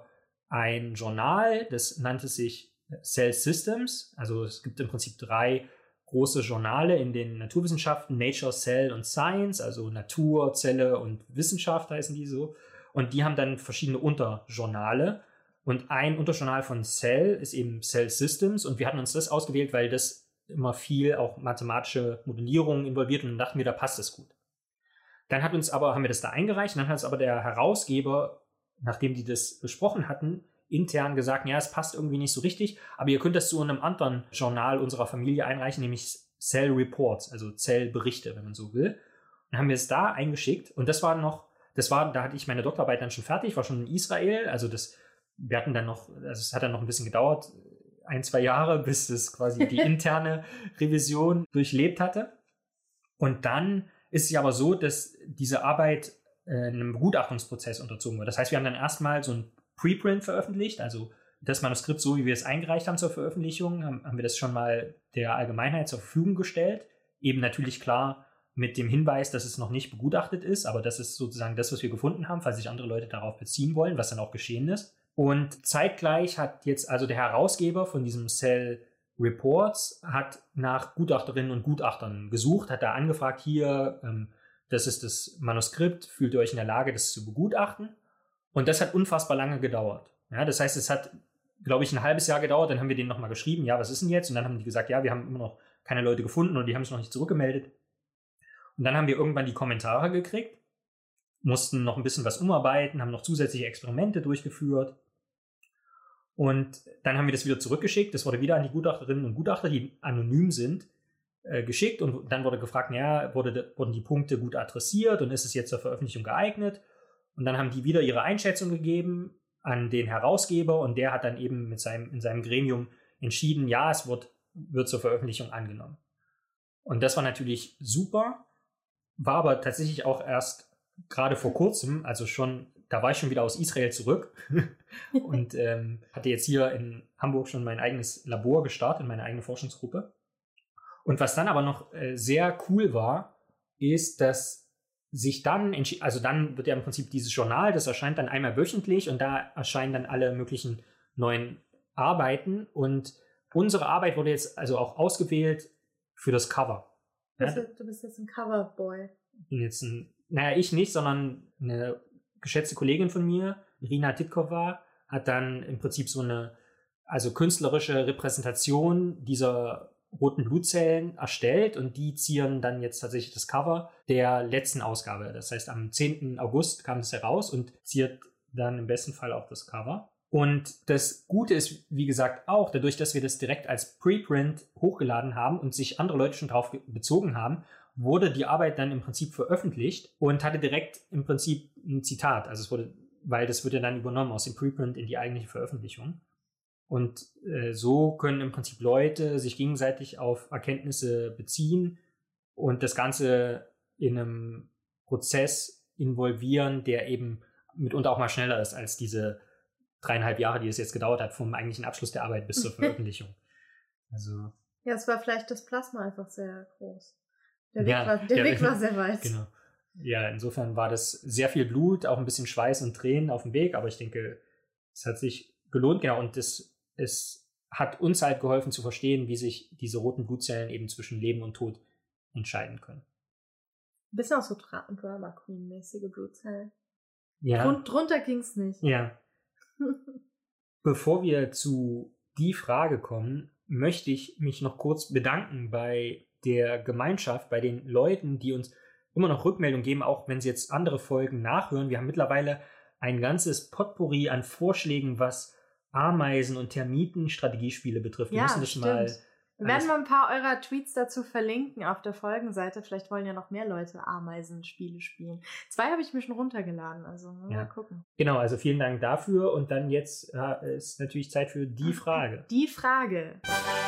ein Journal, das nannte sich Cell Systems. Also es gibt im Prinzip drei große Journale in den Naturwissenschaften, Nature, Cell und Science, also Natur, Zelle und Wissenschaft heißen die so. Und die haben dann verschiedene Unterjournale. Und ein Unterjournal von Cell ist eben Cell Systems. Und wir hatten uns das ausgewählt, weil das immer viel auch mathematische Modellierung involviert. Und dann dachten wir, da passt es gut. Dann hat uns aber, haben wir das da eingereicht. Und dann hat es aber der Herausgeber, nachdem die das besprochen hatten, intern gesagt, ja, es passt irgendwie nicht so richtig, aber ihr könnt das zu einem anderen Journal unserer Familie einreichen, nämlich Cell Reports, also Zellberichte, wenn man so will. Dann haben wir es da eingeschickt und das war noch, das war, da hatte ich meine Doktorarbeit dann schon fertig, war schon in Israel, also das, wir hatten dann noch, also es hat dann noch ein bisschen gedauert, ein, zwei Jahre, bis das quasi die interne Revision durchlebt hatte. Und dann ist es aber so, dass diese Arbeit äh, einem Begutachtungsprozess unterzogen wird. Das heißt, wir haben dann erstmal so ein Preprint veröffentlicht, also das Manuskript, so wie wir es eingereicht haben zur Veröffentlichung, haben, haben wir das schon mal der Allgemeinheit zur Verfügung gestellt. Eben natürlich klar mit dem Hinweis, dass es noch nicht begutachtet ist, aber das ist sozusagen das, was wir gefunden haben, falls sich andere Leute darauf beziehen wollen, was dann auch geschehen ist. Und zeitgleich hat jetzt also der Herausgeber von diesem Cell Reports hat nach Gutachterinnen und Gutachtern gesucht, hat da angefragt, hier, ähm, das ist das Manuskript, fühlt ihr euch in der Lage, das zu begutachten? Und das hat unfassbar lange gedauert. Ja, das heißt, es hat, glaube ich, ein halbes Jahr gedauert. Dann haben wir denen nochmal geschrieben, ja, was ist denn jetzt? Und dann haben die gesagt, ja, wir haben immer noch keine Leute gefunden und die haben sich noch nicht zurückgemeldet. Und dann haben wir irgendwann die Kommentare gekriegt, mussten noch ein bisschen was umarbeiten, haben noch zusätzliche Experimente durchgeführt. Und dann haben wir das wieder zurückgeschickt. Das wurde wieder an die Gutachterinnen und Gutachter, die anonym sind, äh, geschickt. Und dann wurde gefragt, ja, wurde, wurden die Punkte gut adressiert und ist es jetzt zur Veröffentlichung geeignet? Und dann haben die wieder ihre Einschätzung gegeben an den Herausgeber und der hat dann eben mit seinem, in seinem Gremium entschieden, ja, es wird, wird zur Veröffentlichung angenommen. Und das war natürlich super, war aber tatsächlich auch erst gerade vor kurzem, also schon, da war ich schon wieder aus Israel zurück und ähm, hatte jetzt hier in Hamburg schon mein eigenes Labor gestartet, meine eigene Forschungsgruppe. Und was dann aber noch äh, sehr cool war, ist, dass sich dann, also dann wird ja im Prinzip dieses Journal, das erscheint dann einmal wöchentlich und da erscheinen dann alle möglichen neuen Arbeiten und unsere Arbeit wurde jetzt also auch ausgewählt für das Cover. Du bist, ja? Du bist jetzt ein Coverboy. Bin jetzt ein, naja, ich nicht, sondern eine geschätzte Kollegin von mir, Irina Titkova, hat dann im Prinzip so eine also künstlerische Repräsentation dieser roten Blutzellen erstellt und die zieren dann jetzt tatsächlich das Cover der letzten Ausgabe. Das heißt, am zehnten August kam es heraus und ziert dann im besten Fall auch das Cover. Und das Gute ist, wie gesagt, auch dadurch, dass wir das direkt als Preprint hochgeladen haben und sich andere Leute schon drauf bezogen haben, wurde die Arbeit dann im Prinzip veröffentlicht und hatte direkt im Prinzip ein Zitat. Also es wurde, weil das wird ja dann übernommen aus dem Preprint in die eigentliche Veröffentlichung. Und äh, so können im Prinzip Leute sich gegenseitig auf Erkenntnisse beziehen und das Ganze in einem Prozess involvieren, der eben mitunter auch mal schneller ist als diese dreieinhalb Jahre, die es jetzt gedauert hat, vom eigentlichen Abschluss der Arbeit bis zur Veröffentlichung. Also ja, es war vielleicht das Plasma einfach sehr groß. Der Weg, ja, war, der der Weg war sehr weit. Genau. Ja, insofern war das sehr viel Blut, auch ein bisschen Schweiß und Tränen auf dem Weg, aber ich denke, es hat sich gelohnt, genau, und das es hat uns halt geholfen zu verstehen, wie sich diese roten Blutzellen eben zwischen Leben und Tod entscheiden können. Ein bisschen auch so Dra- Drama Queen-mäßige Blutzellen. Ja. Drun- drunter ging's nicht. Ja. Bevor wir zu die Frage kommen, möchte ich mich noch kurz bedanken bei der Gemeinschaft, bei den Leuten, die uns immer noch Rückmeldung geben, auch wenn sie jetzt andere Folgen nachhören. Wir haben mittlerweile ein ganzes Potpourri an Vorschlägen, was Ameisen- und Termiten-Strategiespiele betrifft. Wir ja, müssen das stimmt. mal. Wir werden mal ein paar eurer Tweets dazu verlinken auf der Folgenseite. Vielleicht wollen ja noch mehr Leute Ameisenspiele spielen. Zwei habe ich mir schon runtergeladen, also mal Ja. gucken. Genau, also vielen Dank dafür. Und dann jetzt äh, ist natürlich Zeit für die Frage. Die Frage.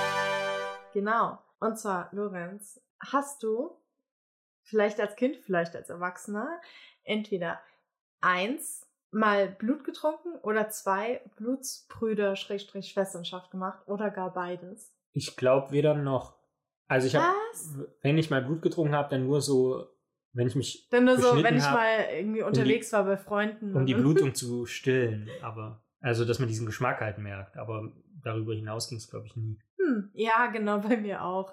Genau. Und zwar, Lorenz, hast du vielleicht als Kind, vielleicht als Erwachsener, entweder eins, mal Blut getrunken oder zwei, Blutsbrüder-Schwesternschaft gemacht oder gar beides? Ich glaube weder noch. Also ich habe, Was? wenn ich mal Blut getrunken habe, dann nur so, wenn ich mich Dann nur so, beschnitten wenn ich hab, mal irgendwie unterwegs die- war bei Freunden. um die und- Blutung zu stillen. Aber Also, dass man diesen Geschmack halt merkt. Aber darüber hinaus ging es, glaube ich, nie. Hm, ja, genau, bei mir auch.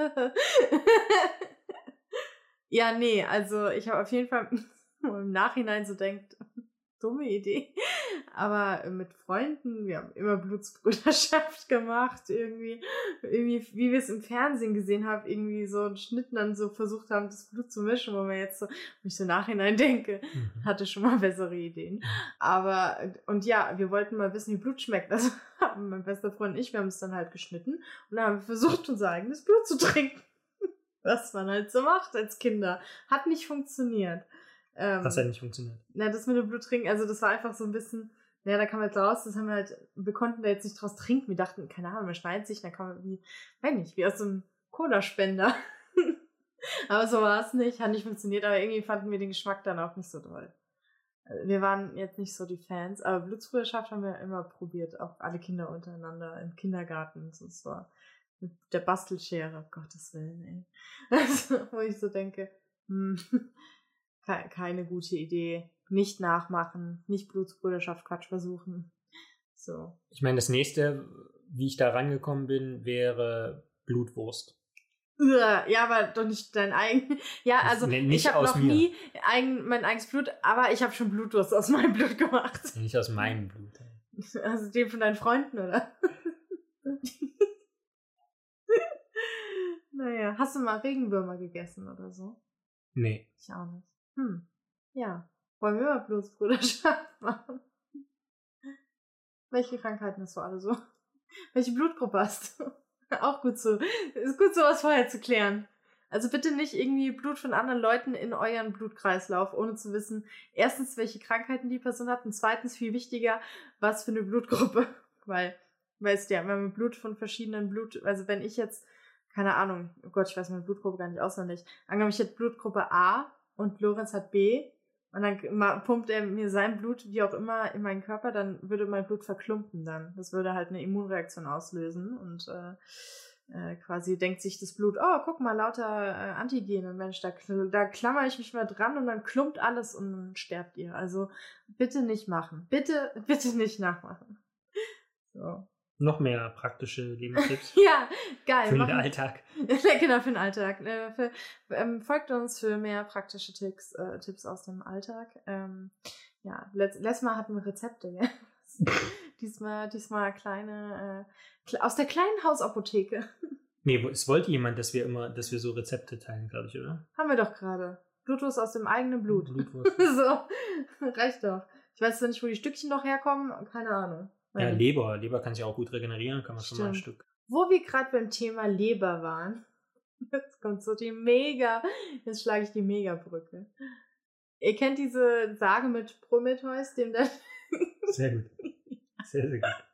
Ja, nee, also ich habe auf jeden Fall im Nachhinein so denkt, dumme Idee. Aber mit Freunden, wir haben immer Blutsbrüderschaft gemacht, irgendwie, irgendwie, wie wir es im Fernsehen gesehen haben, irgendwie so einen Schnitt dann so versucht haben, das Blut zu mischen, wo man jetzt so, wo ich so im Nachhinein denke, Mhm. hatte schon mal bessere Ideen. Aber, und ja, wir wollten mal wissen, wie Blut schmeckt. Also haben mein bester Freund und ich, wir haben es dann halt geschnitten und dann haben wir versucht, unser eigenes Blut zu trinken. Was man halt so macht als Kinder. Hat nicht funktioniert. Ähm, Das hat nicht funktioniert. Na, das mit dem Blut trinken, also das war einfach so ein bisschen, naja, da kam halt raus, das haben wir halt, wir konnten da jetzt nicht draus trinken. Wir dachten, keine Ahnung, man schneidet sich, dann kann man wie, weiß nicht, wie aus so einem Cola-Spender. Aber so war es nicht, hat nicht funktioniert, aber irgendwie fanden wir den Geschmack dann auch nicht so toll. Wir waren jetzt nicht so die Fans, aber Blutsbrüderschaft haben wir immer probiert, auch alle Kinder untereinander im Kindergarten. Das war mit der Bastelschere, um Gottes Willen, ey. Also, wo ich so denke, hm, ke- keine gute Idee. Nicht nachmachen, nicht Blutsbrüderschaft Quatsch versuchen. So. Ich meine, das nächste, wie ich da rangekommen bin, wäre Blutwurst. Uah, ja, aber doch nicht dein eigen. Ja, also Nee, nicht ich habe aus noch mir. nie eigen, mein eigenes Blut, aber ich habe schon Blutwurst aus meinem Blut gemacht. Nicht aus meinem Blut. Also den von deinen Freunden, oder? Naja, hast du mal Regenwürmer gegessen oder so? Nee. Ich auch nicht. Hm, ja. Wollen wir mal Blutsbrüderschaft machen? Welche Krankheiten hast du alle so? Welche Blutgruppe hast du? Auch gut so. Ist gut, sowas vorher zu klären. Also bitte nicht irgendwie Blut von anderen Leuten in euren Blutkreislauf, ohne zu wissen, erstens, welche Krankheiten die Person hat und zweitens, viel wichtiger, was für eine Blutgruppe. Weil, weißt du ja, wenn man Blut von verschiedenen Blut, also wenn ich jetzt, keine Ahnung, oh Gott, ich weiß meine Blutgruppe gar nicht auswendig, angenommen, ich hätte Blutgruppe A und Lorenz hat B und dann pumpt er mir sein Blut, wie auch immer, in meinen Körper, dann würde mein Blut verklumpen dann. Das würde halt eine Immunreaktion auslösen und äh, äh, quasi denkt sich das Blut, oh, guck mal, lauter äh, Antigene, Mensch, da, da klammer ich mich mal dran und dann klumpt alles und dann sterbt ihr. Also bitte nicht machen. Bitte, bitte nicht nachmachen. So. Noch mehr praktische Lebenstipps Ja, geil. für den machen- Alltag. Genau, für den Alltag. Äh, für, ähm, folgt uns für mehr praktische Tipps, äh, Tipps aus dem Alltag. Ähm, ja, letzt, letztes Mal hatten wir Rezepte, gell? diesmal, diesmal kleine, äh, kle- aus der kleinen Hausapotheke. Nee, wo- es wollte jemand, dass wir immer, dass wir so Rezepte teilen, glaube ich, oder? Haben wir doch gerade. Blutwurst aus dem eigenen Blut. Blutwurst. So, reicht doch. Ich weiß zwar nicht, wo die Stückchen noch herkommen, keine Ahnung. Ja, Weiß nicht. Leber. Leber kann sich auch gut regenerieren, kann man schon mal ein Stimmt. Stück. Wo wir gerade beim Thema Leber waren, jetzt kommt so die Mega, jetzt schlage ich die Megabrücke. Ihr kennt diese Sage mit Prometheus, dem dann, Sehr gut. Sehr, sehr gut.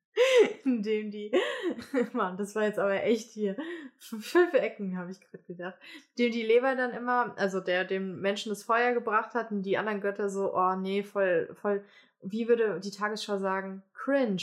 in dem die, Mann, das war jetzt aber echt hier, fünf Ecken, habe ich gerade gedacht, dem die Leber dann immer, also der dem Menschen das Feuer gebracht hat und die anderen Götter so, oh nee, voll, voll, wie würde die Tagesschau sagen, cringe,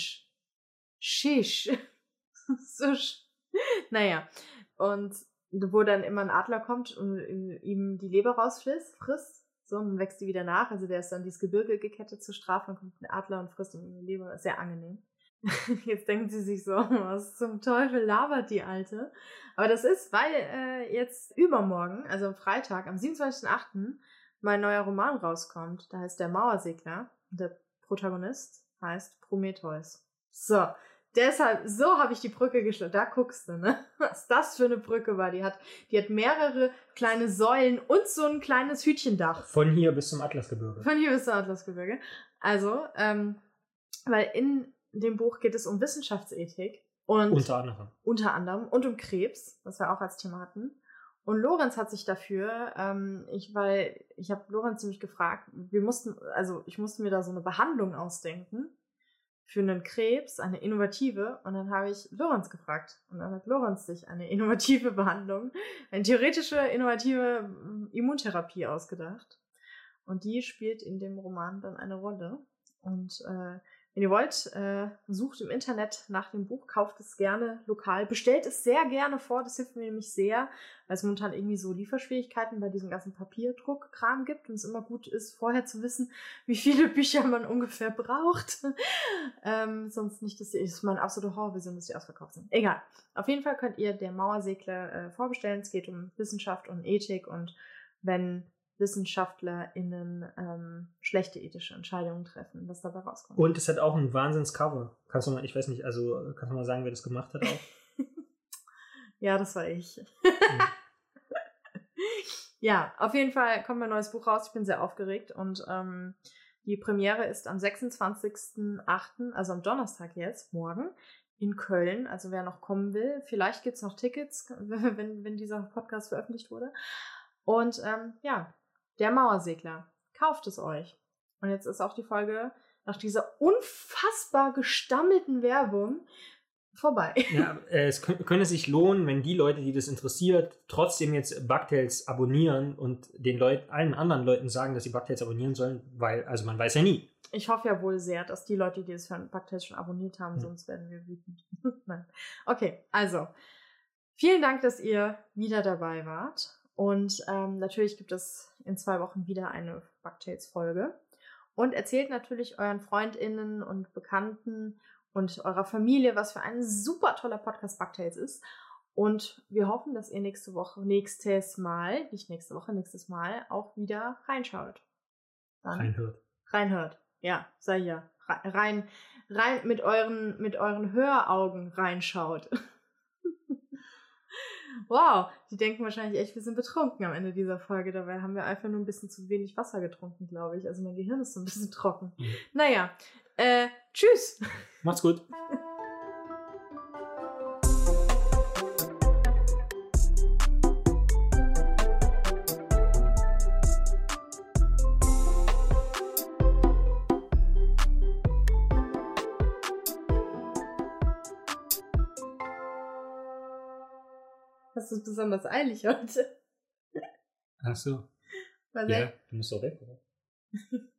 shish, so, sch- naja, und wo dann immer ein Adler kommt und ihm die Leber rausfrisst, frisst, so, und dann wächst die wieder nach, also der ist dann dieses Gebirge gekettet zur Strafe, dann kommt ein Adler und frisst ihm die Leber, sehr angenehm. Jetzt denken sie sich so, was zum Teufel labert die Alte? Aber das ist, weil äh, jetzt übermorgen, also am Freitag, am siebenundzwanzigsten achten mein neuer Roman rauskommt. Da heißt Der Mauersegler. Und der Protagonist heißt Prometheus. So, deshalb, so habe ich die Brücke geschlagen. Da guckst du, ne? Was das für eine Brücke war. Die hat, die hat mehrere kleine Säulen und so ein kleines Hütchendach. Von hier bis zum Atlasgebirge. Von hier bis zum Atlasgebirge. Also, ähm, weil in dem Buch geht es um Wissenschaftsethik und Unter anderem. unter anderem und um Krebs, was wir auch als Thema hatten. Und Lorenz hat sich dafür, ähm, ich, weil ich habe Lorenz nämlich gefragt, wir mussten, also ich musste mir da so eine Behandlung ausdenken für einen Krebs, eine innovative, und dann habe ich Lorenz gefragt und dann hat Lorenz sich eine innovative Behandlung, eine theoretische, innovative Immuntherapie ausgedacht und die spielt in dem Roman dann eine Rolle und äh, Wenn ihr wollt, äh, sucht im Internet nach dem Buch, kauft es gerne lokal, bestellt es sehr gerne vor, das hilft mir nämlich sehr, weil es momentan irgendwie so Lieferschwierigkeiten bei diesem ganzen Papierdruckkram gibt und es immer gut ist, vorher zu wissen, wie viele Bücher man ungefähr braucht. ähm, sonst nicht, dass die, das ist meine absolute Horrorvision, dass die ausverkauft sind. Egal. Auf jeden Fall könnt ihr Der Mauersegler äh, vorbestellen. Es geht um Wissenschaft und Ethik und wenn WissenschaftlerInnen ähm, schlechte ethische Entscheidungen treffen, was dabei rauskommt. Und es hat auch ein Wahnsinns-Cover. Kannst du mal, ich weiß nicht, also kannst du mal sagen, wer das gemacht hat auch? Ja, das war ich. Mhm. Ja, auf jeden Fall kommt mein neues Buch raus. Ich bin sehr aufgeregt und ähm, die Premiere ist am sechsundzwanzigsten achten, also am Donnerstag jetzt, morgen, in Köln. Also wer noch kommen will, vielleicht gibt es noch Tickets, wenn, wenn dieser Podcast veröffentlicht wurde. Und ähm, ja, Der Mauersegler. Kauft es euch. Und jetzt ist auch die Folge nach dieser unfassbar gestammelten Werbung vorbei. Ja, äh, es könnt, könnte sich lohnen, wenn die Leute, die das interessiert, trotzdem jetzt Bugtails abonnieren und den Leuten, allen anderen Leuten sagen, dass sie Bugtails abonnieren sollen, weil, also man weiß ja nie. Ich hoffe ja wohl sehr, dass die Leute, die das für Bugtails schon abonniert haben, hm. sonst werden wir wütend. Nein. Okay, also vielen Dank, dass ihr wieder dabei wart. Und ähm, natürlich gibt es in zwei Wochen wieder eine Bugtails-Folge. Und erzählt natürlich euren FreundInnen und Bekannten und eurer Familie, was für ein super toller Podcast Bugtails ist. Und wir hoffen, dass ihr nächste Woche, nächstes Mal, nicht nächste Woche, nächstes Mal auch wieder reinschaut. Dann reinhört. Reinhört. Ja, sei hier. Rein, rein mit euren, mit euren Höraugen reinschaut. Wow, die denken wahrscheinlich echt, wir sind betrunken am Ende dieser Folge. Dabei haben wir einfach nur ein bisschen zu wenig Wasser getrunken, glaube ich. Also mein Gehirn ist so ein bisschen trocken. Mhm. Naja, äh, tschüss. Macht's gut. Hast du es besonders eilig heute? Ach so. Was ja, du musst doch weg, oder?